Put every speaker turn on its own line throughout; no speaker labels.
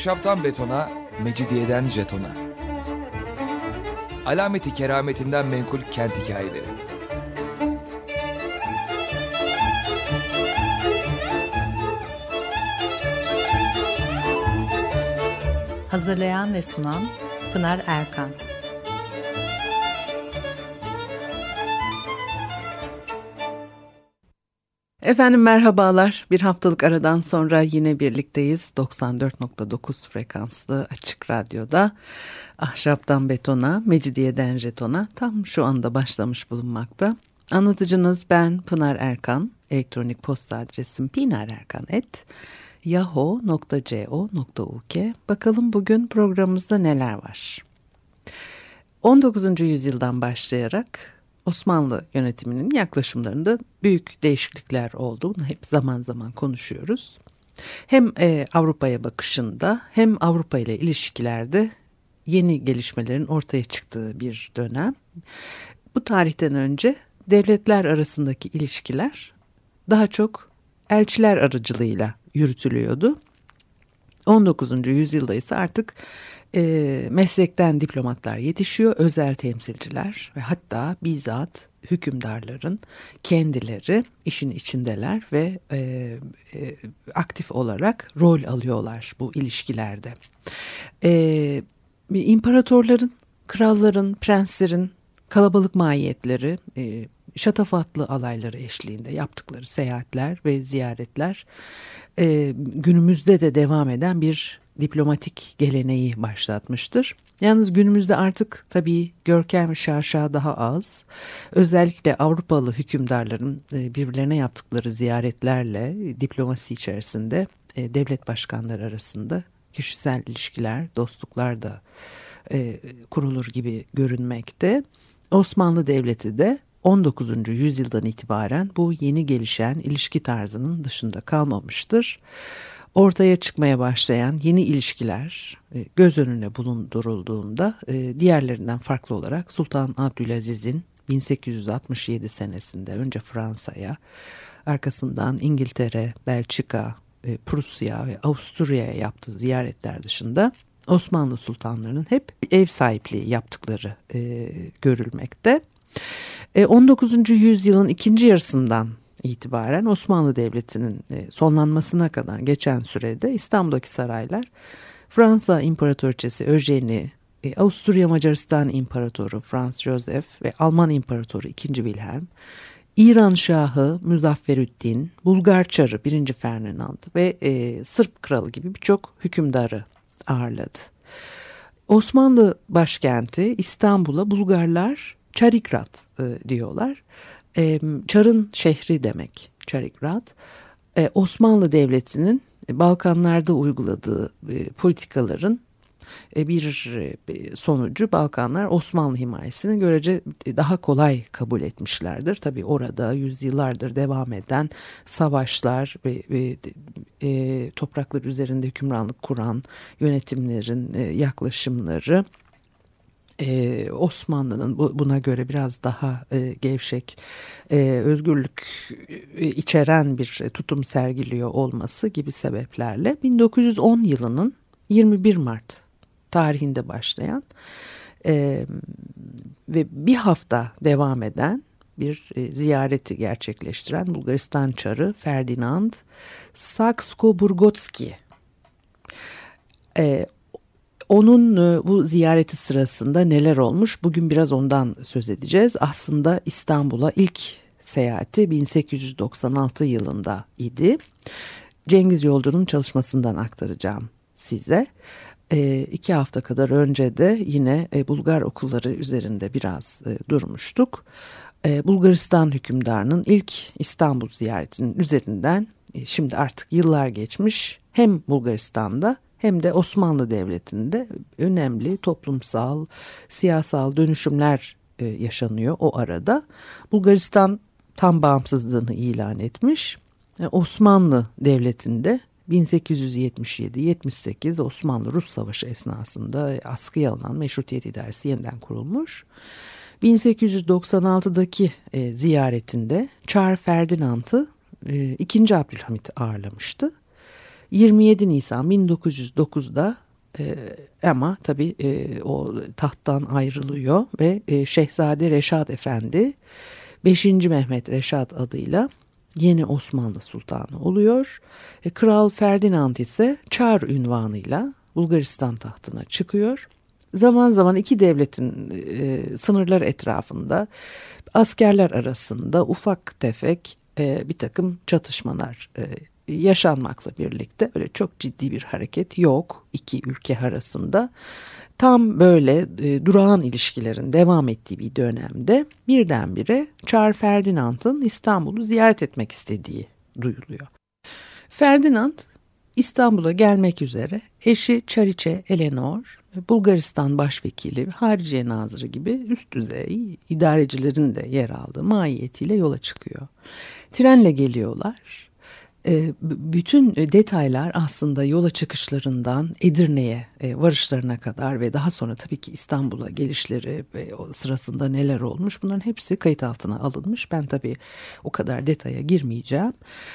Ahşaptan betona, mecidiyeden jetona. Alameti kerametinden menkul kent hikayeleri.
Hazırlayan ve sunan Pınar Erkan.
Efendim merhabalar. Bir haftalık aradan sonra yine birlikteyiz. 94.9 frekanslı Açık Radyo'da Ahşaptan Betona, Mecidiyeden Jeton'a tam şu anda başlamış bulunmakta. Anlatıcınız ben Pınar Erkan. Elektronik posta adresim pinarerkan@yahoo.co.uk. Bakalım bugün programımızda neler var? 19. yüzyıldan başlayarak Osmanlı yönetiminin yaklaşımlarında büyük değişiklikler oldu. Bunu hep zaman zaman konuşuyoruz. Hem Avrupa'ya bakışında hem Avrupa ile ilişkilerde yeni gelişmelerin ortaya çıktığı bir dönem. Bu tarihten önce devletler arasındaki ilişkiler daha çok elçiler aracılığıyla yürütülüyordu. 19. yüzyılda ise artık meslekten diplomatlar yetişiyor, özel temsilciler ve hatta bizzat hükümdarların kendileri işin içindeler ve aktif olarak rol alıyorlar bu ilişkilerde. İmparatorların, kralların, prenslerin kalabalık mahiyetleri, şatafatlı alayları eşliğinde yaptıkları seyahatler ve ziyaretler günümüzde de devam eden bir diplomatik geleneği başlatmıştır. Yalnız günümüzde artık tabii görkem şaşa daha az. Özellikle Avrupalı hükümdarların birbirlerine yaptıkları ziyaretlerle diplomasi içerisinde devlet başkanları arasında kişisel ilişkiler, dostluklar da kurulur gibi görünmekte. Osmanlı Devleti de 19. yüzyıldan itibaren bu yeni gelişen ilişki tarzının dışında kalmamıştır. Ortaya çıkmaya başlayan yeni ilişkiler göz önüne bulundurulduğunda diğerlerinden farklı olarak Sultan Abdülaziz'in 1867 senesinde önce Fransa'ya, arkasından İngiltere, Belçika, Prusya ve Avusturya'ya yaptığı ziyaretler dışında Osmanlı sultanlarının hep ev sahipliği yaptıkları görülmekte. 19. yüzyılın ikinci yarısından itibaren Osmanlı Devleti'nin sonlanmasına kadar geçen sürede İstanbul'daki saraylar Fransa İmparatoriçesi Eugenie, Avusturya Macaristan İmparatoru Franz Joseph ve Alman İmparatoru II. Wilhelm, İran Şahı Müzafferüddin, Bulgar Çarı 1. Ferdinand ve Sırp Kralı gibi birçok hükümdarı ağırladı. Osmanlı başkenti İstanbul'a Bulgarlar Çarigrad diyorlar. Çar'ın şehri demek Çarigrad. Osmanlı Devleti'nin Balkanlarda uyguladığı politikaların bir sonucu Balkanlar Osmanlı himayesini görece daha kolay kabul etmişlerdir. Tabii orada yüzyıllardır devam eden savaşlar ve topraklar üzerinde hükümranlık kuran yönetimlerin yaklaşımları Osmanlı'nın buna göre biraz daha gevşek, özgürlük içeren bir tutum sergiliyor olması gibi sebeplerle 1910 yılının 21 Mart tarihinde başlayan ve bir hafta devam eden bir ziyareti gerçekleştiren Bulgaristan Çarı Ferdinand Saksko-Burgotski. Onun bu ziyareti sırasında neler olmuş? Bugün biraz ondan söz edeceğiz. Aslında İstanbul'a ilk seyahati 1896 yılında idi. Cengiz Yolcu'nun çalışmasından aktaracağım size. 2 hafta kadar önce de yine Bulgar okulları üzerinde biraz durmuştuk. Bulgaristan hükümdarının ilk İstanbul ziyaretinin üzerinden şimdi artık yıllar geçmiş. Hem Bulgaristan'da hem de Osmanlı Devleti'nde önemli toplumsal, siyasal dönüşümler yaşanıyor o arada. Bulgaristan tam bağımsızlığını ilan etmiş. Osmanlı Devleti'nde 1877-78 Osmanlı-Rus Savaşı esnasında askıya alınan Meşrutiyet İdaresi yeniden kurulmuş. 1896'daki ziyaretinde Çar Ferdinand'ı 2. Abdülhamit ağırlamıştı. 27 Nisan 1909'da ama tabii o tahttan ayrılıyor ve Şehzade Reşat Efendi 5. Mehmet Reşat adıyla yeni Osmanlı Sultanı oluyor. Kral Ferdinand ise Çar unvanıyla Bulgaristan tahtına çıkıyor. Zaman zaman iki devletin sınırlar etrafında askerler arasında ufak tefek bir takım çatışmalar yaşanmakla birlikte öyle çok ciddi bir hareket yok iki ülke arasında. Tam böyle durağan ilişkilerin devam ettiği bir dönemde birdenbire Çar Ferdinand'ın İstanbul'u ziyaret etmek istediği duyuluyor. Ferdinand İstanbul'a gelmek üzere eşi Çariçe Eleanor, Bulgaristan Başvekili, Hariciye Nazırı gibi üst düzey idarecilerin de yer aldığı mahiyetiyle yola çıkıyor. Trenle geliyorlar. Bütün detaylar aslında yola çıkışlarından Edirne'ye varışlarına kadar ve daha sonra tabii ki İstanbul'a gelişleri ve o sırasında neler olmuş bunların hepsi kayıt altına alınmış. Ben tabii o kadar detaya girmeyeceğim.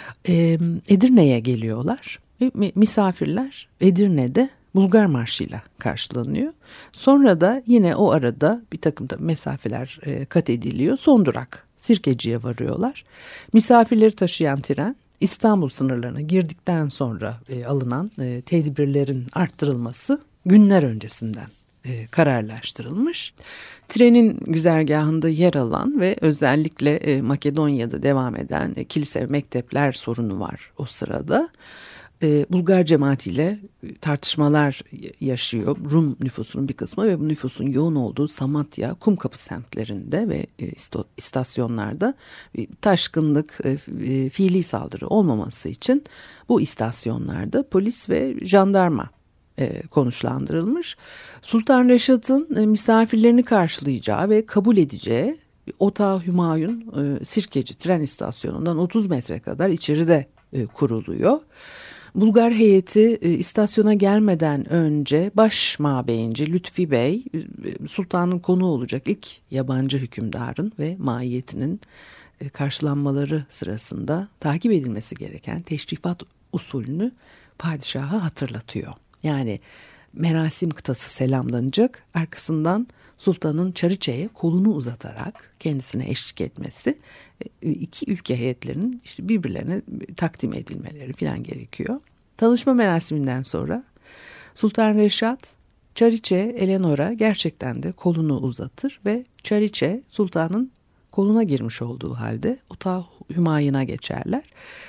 Edirne'ye geliyorlar ve misafirler Edirne'de Bulgar Marşı'yla karşılanıyor. Sonra da yine o arada bir takım da mesafeler kat ediliyor. Son durak Sirkeci'ye varıyorlar. Misafirleri taşıyan tren İstanbul sınırlarına girdikten sonra alınan tedbirlerin arttırılması günler öncesinden kararlaştırılmış. Trenin güzergahında yer alan ve özellikle Makedonya'da devam eden kilise ve mektepler sorunu var o sırada. Bulgar cemaatiyle tartışmalar yaşıyor. Rum nüfusunun bir kısmı ve bu nüfusun yoğun olduğu Samatya, Kumkapı semtlerinde ve istasyonlarda taşkınlık, fiili saldırı olmaması için bu istasyonlarda polis ve jandarma konuşlandırılmış. Sultan Reşat'ın misafirlerini karşılayacağı ve kabul edeceği Otağı Hümayun Sirkeci tren istasyonundan 30 metre kadar içeride kuruluyor. Bulgar heyeti istasyona gelmeden önce baş mabeyinci Lütfi Bey, sultanın konuğu olacak ilk yabancı hükümdarın ve maiyetinin karşılanmaları sırasında takip edilmesi gereken teşrifat usulünü padişaha hatırlatıyor. Yani merasim kıtası selamlanacak, arkasından sultanın Çariçe'ye kolunu uzatarak kendisine eşlik etmesi, iki ülke heyetlerinin işte birbirlerine takdim edilmeleri falan gerekiyor. Tanışma merasiminden sonra Sultan Reşat Çariçe Eleanor'a gerçekten de kolunu uzatır ve Çariçe sultanın koluna girmiş olduğu halde Otağı Hümayun'a geçerler.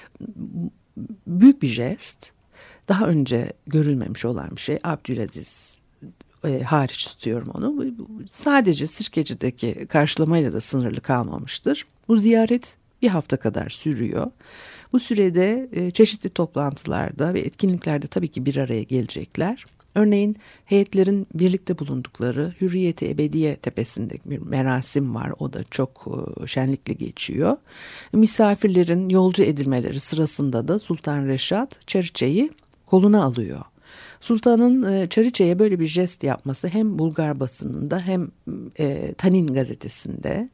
Büyük bir jest, daha önce görülmemiş olan bir şey. Abdülaziz hariç tutuyorum onu. Sadece Sirkeci'deki karşılamayla da sınırlı kalmamıştır. Bu ziyaret bir hafta kadar sürüyor. Bu sürede çeşitli toplantılarda ve etkinliklerde tabii ki bir araya gelecekler. Örneğin heyetlerin birlikte bulundukları Hürriyet-i Ebediye Tepesi'nde bir merasim var. O da çok şenlikli geçiyor. Misafirlerin yolcu edilmeleri sırasında da Sultan Reşat Çariçe'yi koluna alıyor. Sultanın Çariçe'ye böyle bir jest yapması hem Bulgar basınında hem Tanin gazetesinde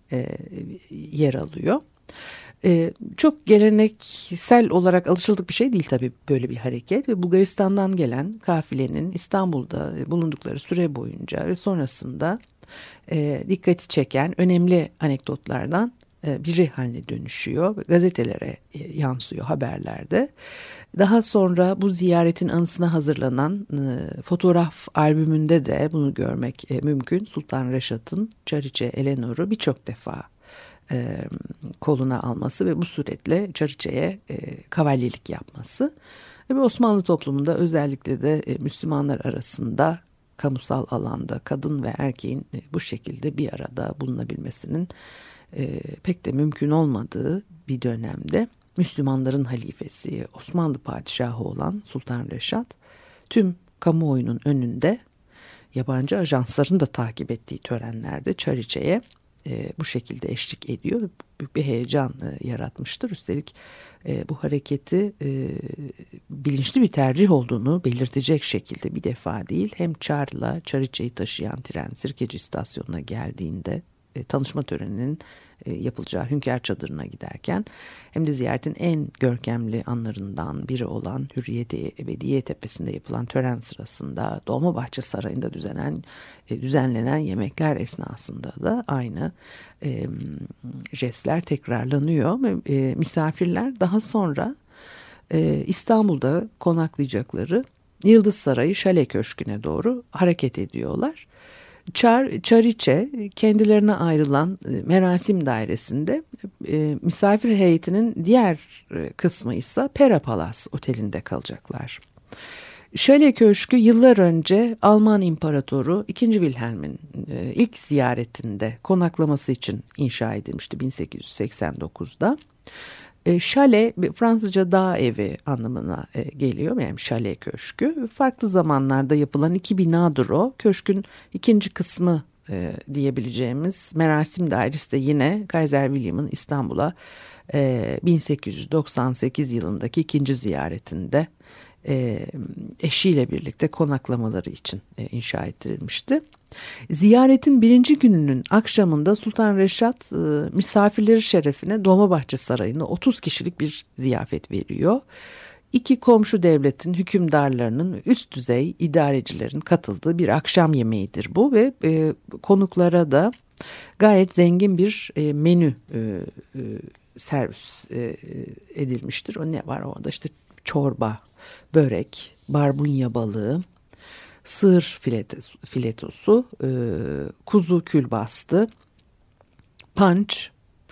yer alıyor. Çok geleneksel olarak alışıldık bir şey değil tabii böyle bir hareket ve Bulgaristan'dan gelen kafilenin İstanbul'da bulundukları süre boyunca ve sonrasında dikkati çeken önemli anekdotlardan biri haline dönüşüyor ve gazetelere yansıyor haberlerde. Daha sonra bu ziyaretin anısına hazırlanan fotoğraf albümünde de bunu görmek mümkün. Sultan Reşat'ın Çariçe Eleanor'u birçok defa koluna alması ve bu suretle Çariçe'ye kavalyelik yapması. Ve Osmanlı toplumunda özellikle de Müslümanlar arasında kamusal alanda kadın ve erkeğin bu şekilde bir arada bulunabilmesinin pek de mümkün olmadığı bir dönemde Müslümanların halifesi, Osmanlı padişahı olan Sultan Reşat tüm kamuoyunun önünde yabancı ajansların da takip ettiği törenlerde Çariçe'ye bu şekilde eşlik ediyor. Büyük bir heyecan yaratmıştır. Üstelik bu hareketi bilinçli bir tercih olduğunu belirtecek şekilde bir defa değil hem Çar'la Çariçe'yi taşıyan tren Sirkeci istasyonuna geldiğinde tanışma töreninin yapılacağı Hünkâr Çadırı'na giderken hem de ziyaretin en görkemli anlarından biri olan Hürriyet-i Ebediye Tepesi'nde yapılan tören sırasında Dolmabahçe Sarayı'nda düzenlenen yemekler esnasında da aynı jestler tekrarlanıyor ve misafirler daha sonra İstanbul'da konaklayacakları Yıldız Sarayı Şale Köşkü'ne doğru hareket ediyorlar. Çariçe kendilerine ayrılan merasim dairesinde, misafir heyetinin diğer kısmı ise Pera Palas Oteli'nde kalacaklar. Şale Köşkü yıllar önce Alman İmparatoru II. Wilhelm'in ilk ziyaretinde konaklaması için inşa edilmişti 1889'da. Şale Fransızca dağ evi anlamına geliyor, yani Şale Köşkü. Farklı zamanlarda yapılan iki binadır o. Köşkün ikinci kısmı diyebileceğimiz merasim dairesi de yine Kaiser William'ın İstanbul'a 1898 yılındaki ikinci ziyaretinde eşiyle birlikte konaklamaları için inşa edilmişti. Ziyaretin birinci gününün akşamında Sultan Reşat misafirleri şerefine Dolmabahçe Sarayı'na 30 kişilik bir ziyafet veriyor. İki komşu devletin hükümdarlarının, üst düzey idarecilerin katıldığı bir akşam yemeğidir bu ve konuklara da gayet zengin bir menü servis edilmiştir. O ne var orada? İşte çorba, börek, barbunya balığı, sığır filetosu, kuzu külbastı, panç,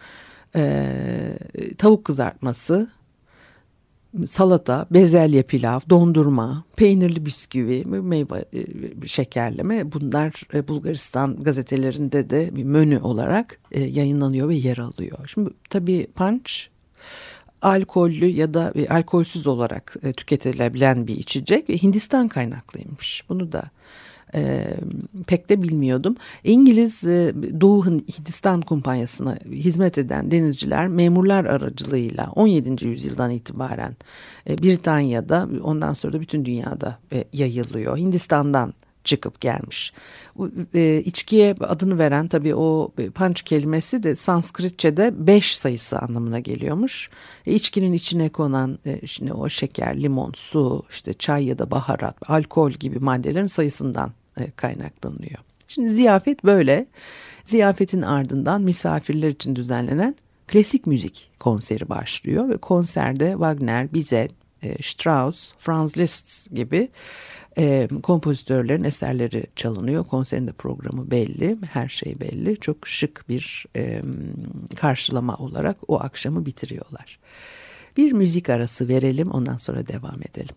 tavuk kızartması, salata, bezelye pilav, dondurma, peynirli bisküvi, meyve şekerleme, bunlar Bulgaristan gazetelerinde de bir menü olarak yayınlanıyor ve yer alıyor. Şimdi tabii panç alkollü ya da alkolsüz olarak tüketilebilen bir içecek ve Hindistan kaynaklıymış. Bunu da pek de bilmiyordum. İngiliz Doğu Hindistan Kumpanyası'na hizmet eden denizciler memurlar aracılığıyla 17. yüzyıldan itibaren Britanya'da, ondan sonra da bütün dünyada yayılıyor. Hindistan'dan çıkıp gelmiş. İçkiye adını veren tabii o punch kelimesi de Sanskritçe'de 5 sayısı anlamına geliyormuş. İçkinin içine konan şimdi o şeker, limon, su, işte çay ya da baharat, alkol gibi maddelerin sayısından kaynaklanıyor. Şimdi ziyafet böyle. Ziyafetin ardından misafirler için düzenlenen klasik müzik konseri başlıyor ve konserde Wagner, Bizet, Strauss, Franz Liszt gibi kompozitörlerin eserleri çalınıyor. Konserin de programı belli, her şey belli. Çok şık bir karşılama olarak o akşamı bitiriyorlar. Bir müzik arası verelim, ondan sonra devam edelim.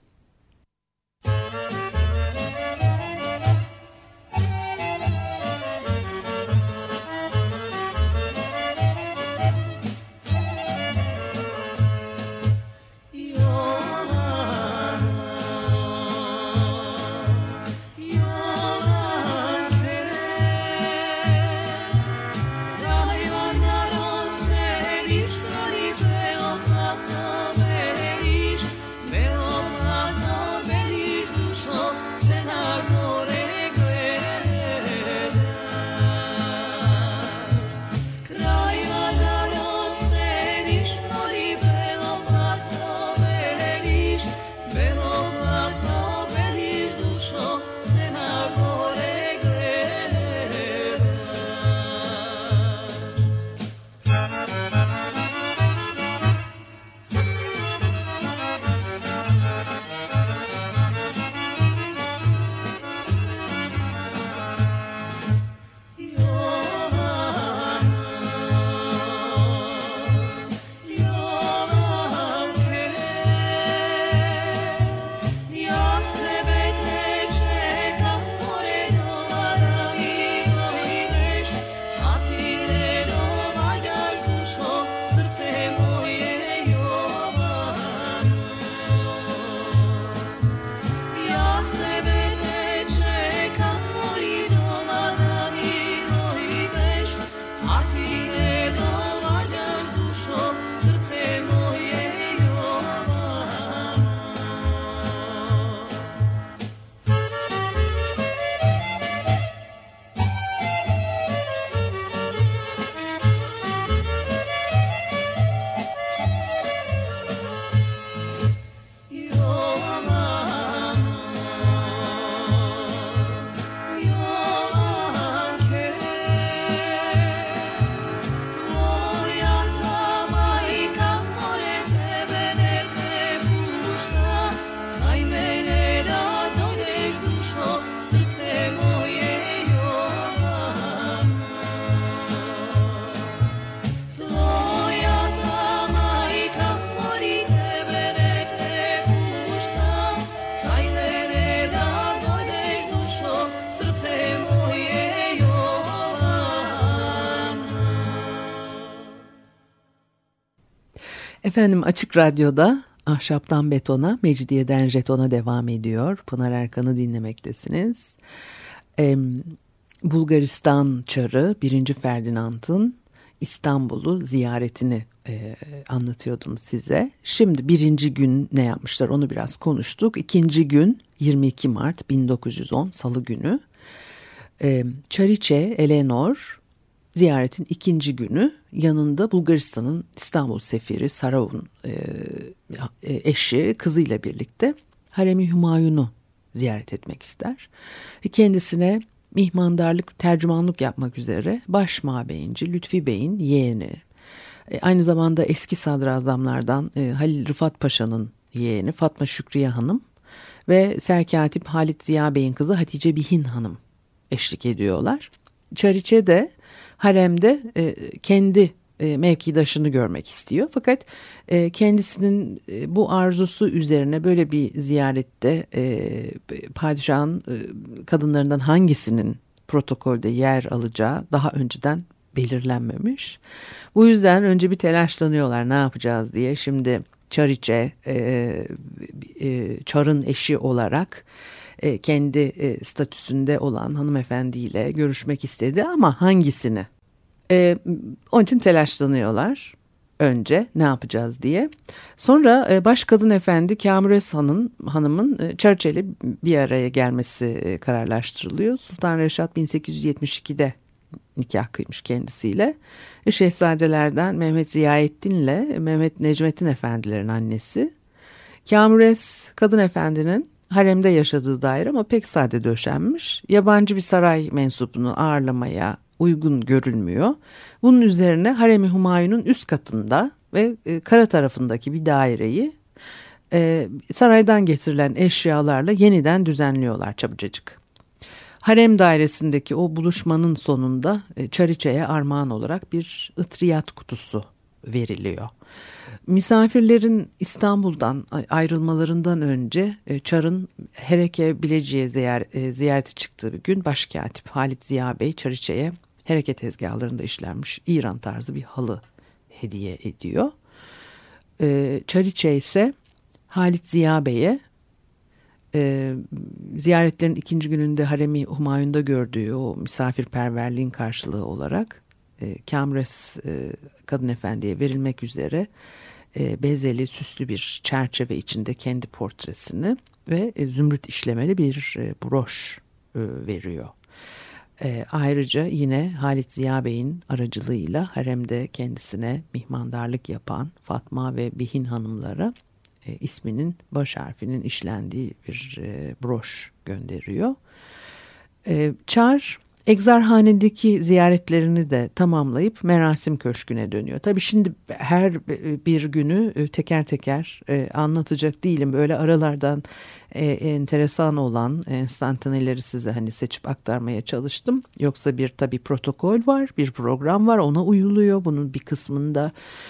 Beopata
Efendim Açık Radyo'da Ahşaptan Betona, Mecidiyeden Jeton'a devam ediyor. Pınar Erkan'ı dinlemektesiniz. Bulgaristan Çarı 1. Ferdinand'ın İstanbul'u ziyaretini anlatıyordum size. Şimdi 1. gün ne yapmışlar onu biraz konuştuk. 2. gün 22 Mart 1910 Salı günü. Çariçe Eleanor ziyaretin 2. günü yanında Bulgaristan'ın İstanbul Sefiri Sarav'un eşi kızıyla birlikte Harem-i Hümayun'u ziyaret etmek ister. Kendisine mihmandarlık, tercümanlık yapmak üzere baş mabeyinci Lütfi Bey'in yeğeni, aynı zamanda eski sadrazamlardan Halil Rıfat Paşa'nın yeğeni Fatma Şükriye Hanım ve Serkatip Halit Ziya Bey'in kızı Hatice Bihin Hanım eşlik ediyorlar. Çariçe de haremde kendi mevkidaşını görmek istiyor. Fakat kendisinin bu arzusu üzerine böyle bir ziyarette padişahın kadınlarından hangisinin protokolde yer alacağı daha önceden belirlenmemiş. Bu yüzden önce bir telaşlanıyorlar ne yapacağız diye. Şimdi Çariçe Çar'ın eşi olarak kendi statüsünde olan hanımefendiyle görüşmek istedi ama hangisini? Onun için telaşlanıyorlar önce ne yapacağız diye. Sonra baş kadın efendi Kamures Hanım'ın Çariçe ile bir araya gelmesi kararlaştırılıyor. Sultan Reşat 1872'de nikah kıymış kendisiyle. Şehzadelerden Mehmet Ziyaettin ile Mehmet Necmettin efendilerin annesi. Kamures kadın efendinin haremde yaşadığı dair ama pek sade döşenmiş. Yabancı bir saray mensubunu ağırlamaya uygun görülmüyor. Bunun üzerine Harem-i Hümayun'un üst katında ve kara tarafındaki bir daireyi saraydan getirilen eşyalarla yeniden düzenliyorlar çabucacık. Harem dairesindeki o buluşmanın sonunda Çariçe'ye armağan olarak bir ıtriyat kutusu veriliyor. Misafirlerin İstanbul'dan ayrılmalarından önce Çar'ın Hereke Bilecik'e ziyareti çıktığı bir gün Başkatip Halit Ziya Bey Çariçe'ye Hereke tezgahlarında işlenmiş İran tarzı bir halı hediye ediyor. Çariçe ise Halit Ziya Bey'e ziyaretlerin 2. gününde Harem-i Hümayun'da gördüğü o misafirperverliğin karşılığı olarak Kamures kadın efendiye verilmek üzere bezeli süslü bir çerçeve içinde kendi portresini ve zümrüt işlemeli bir broş veriyor. Ayrıca yine Halit Ziya Bey'in aracılığıyla haremde kendisine mihmandarlık yapan Fatma ve Bihin hanımlara isminin baş harfinin işlendiği bir broş gönderiyor. Çar Egzarhane'deki ziyaretlerini de tamamlayıp Merasim Köşkü'ne dönüyor. Tabii şimdi her bir günü teker teker anlatacak değilim. Böyle aralardan enteresan olan enstantaneleri size hani seçip aktarmaya çalıştım. Yoksa bir tabii protokol var, bir program var, ona uyuluyor. Bunun bir kısmında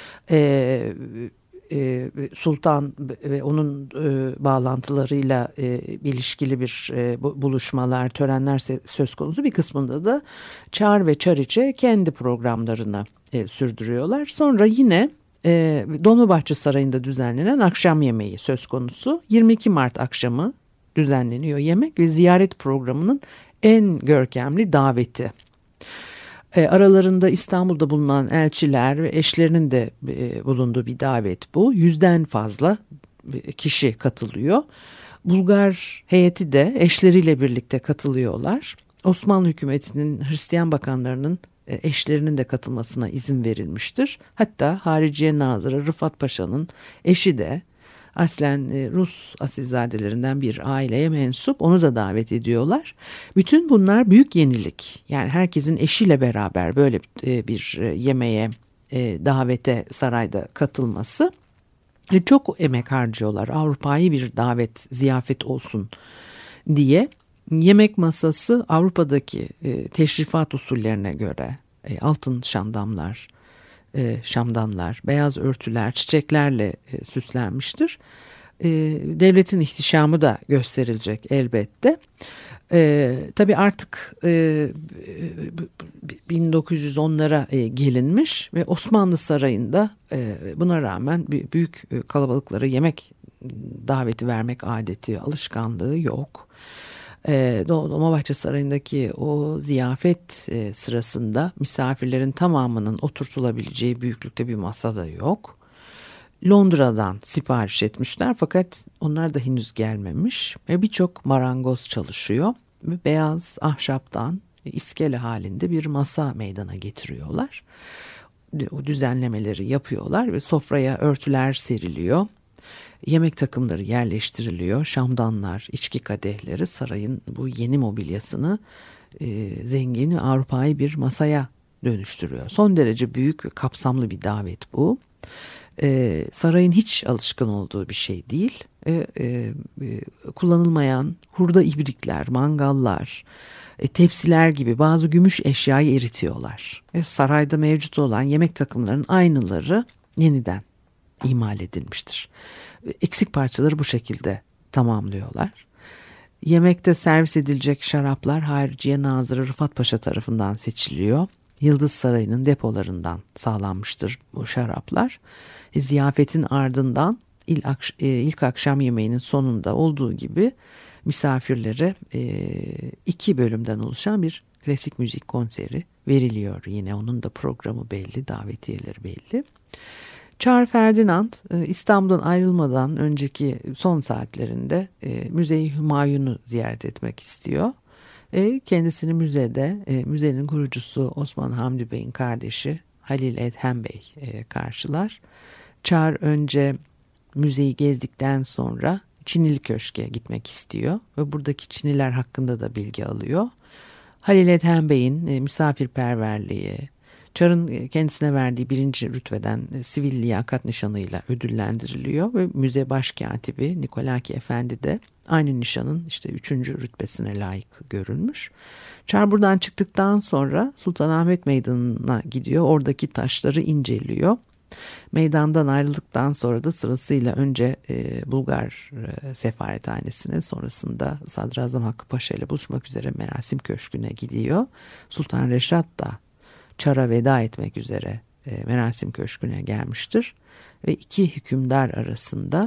Sultan ve onun bağlantılarıyla ilişkili bir buluşmalar, törenler söz konusu. Bir kısmında da Çar ve Çariçe kendi programlarını sürdürüyorlar. Sonra yine Dolmabahçe Sarayı'nda düzenlenen akşam yemeği söz konusu. 22 Mart akşamı düzenleniyor yemek ve ziyaret programının en görkemli daveti. Aralarında İstanbul'da bulunan elçiler ve eşlerinin de bulunduğu bir davet bu. 100'den fazla kişi katılıyor. Bulgar heyeti de eşleriyle birlikte katılıyorlar. Osmanlı hükümetinin Hristiyan bakanlarının eşlerinin de katılmasına izin verilmiştir. Hatta Hariciye Nazırı Rıfat Paşa'nın eşi de aslen Rus asilzadelerinden bir aileye mensup, onu da davet ediyorlar. Bütün bunlar büyük yenilik. Yani herkesin eşiyle beraber böyle bir yemeğe, davete sarayda katılması. Çok emek harcıyorlar. Avrupa'yı bir davet, ziyafet olsun diye. Yemek masası Avrupa'daki teşrifat usullerine göre altın şamdanlar, beyaz örtüler, çiçeklerle süslenmiştir. devletin ihtişamı da gösterilecek elbette. Tabii artık 1910'lara gelinmiş ve Osmanlı Sarayı'nda buna rağmen büyük kalabalıklara yemek daveti vermek adeti, alışkanlığı yok. Dolmabahçe Sarayı'ndaki o ziyafet sırasında misafirlerin tamamının oturtulabileceği büyüklükte bir masa da yok. Londra'dan sipariş etmişler fakat onlar da henüz gelmemiş. Birçok marangoz çalışıyor ve beyaz ahşaptan iskele halinde bir masa meydana getiriyorlar. O düzenlemeleri yapıyorlar ve sofraya örtüler seriliyor. Yemek takımları yerleştiriliyor. Şamdanlar, içki kadehleri sarayın bu yeni mobilyasını zengin ve Avrupa'yı bir masaya dönüştürüyor. Son derece büyük ve kapsamlı bir davet bu. Sarayın hiç alışkın olduğu bir şey değil. Kullanılmayan hurda ibrikler, mangallar, tepsiler gibi bazı gümüş eşyayı eritiyorlar. Sarayda mevcut olan yemek takımlarının aynıları yeniden imal edilmiştir. Eksik parçaları bu şekilde tamamlıyorlar. Yemekte servis edilecek şaraplar Hariciye Nazırı Rıfat Paşa tarafından seçiliyor. Yıldız Sarayı'nın depolarından sağlanmıştır bu şaraplar. Ziyafetin ardından ilk akşam yemeğinin sonunda olduğu gibi misafirlere 2 bölümden oluşan bir klasik müzik konseri veriliyor. Yine onun da programı belli, davetiyeleri belli. Çar Ferdinand İstanbul'dan ayrılmadan önceki son saatlerinde Müze-i Hümayun'u ziyaret etmek istiyor. Kendisini müzede müzenin kurucusu Osman Hamdi Bey'in kardeşi Halil Edhem Bey karşılar. Çar önce müzeyi gezdikten sonra Çinili Köşk'e gitmek istiyor ve buradaki Çiniler hakkında da bilgi alıyor. Halil Edhem Bey'in misafirperverliği, Çar'ın kendisine verdiği 1. rütbeden sivil liyakat nişanıyla ödüllendiriliyor ve müze başkatibi Nikolaki Efendi de aynı nişanın 3. rütbesine layık görülmüş. Çar buradan çıktıktan sonra Sultanahmet Meydanı'na gidiyor. Oradaki taşları inceliyor. Meydandan ayrıldıktan sonra da sırasıyla önce Bulgar Sefarethanesi'ne, sonrasında Sadrazam Hakkı Paşa ile buluşmak üzere Merasim Köşkü'ne gidiyor. Sultan Reşat da Çar'a veda etmek üzere Merasim Köşkü'ne gelmiştir. Ve 2 hükümdar arasında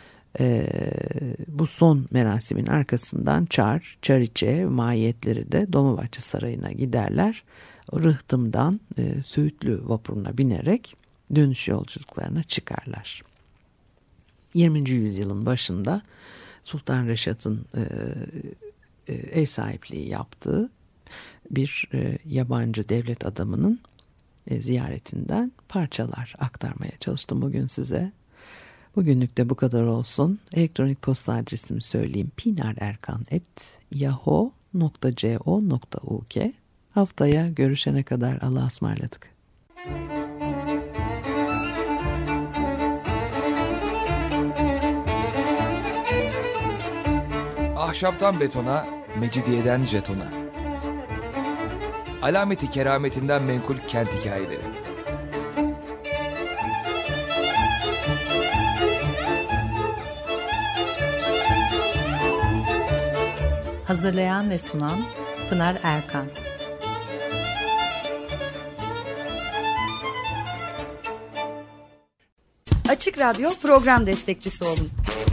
bu son merasimin arkasından Çariçe ve mahiyetleri de Dolmabahçe Sarayı'na giderler. Rıhtım'dan Söğütlü vapuruna binerek dönüş yolculuklarına çıkarlar. 20. yüzyılın başında Sultan Reşat'ın ev sahipliği yaptığı bir yabancı devlet adamının ziyaretinden parçalar aktarmaya çalıştım bugün size. Bugünlük de bu kadar olsun. Elektronik posta adresimi söyleyeyim: pinarerkan@yahoo.co.uk. Haftaya görüşene kadar Allah'a ısmarladık.
Ahşaptan betona, mecidiyeden jetona. Alameti kerametinden menkul kent hikayeleri.
Hazırlayan ve sunan Pınar Erkan.
Açık Radyo program destekçisi olun.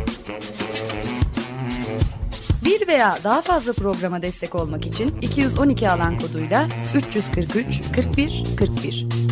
Bir veya daha fazla programa destek olmak için 212 alan koduyla 343 41 41.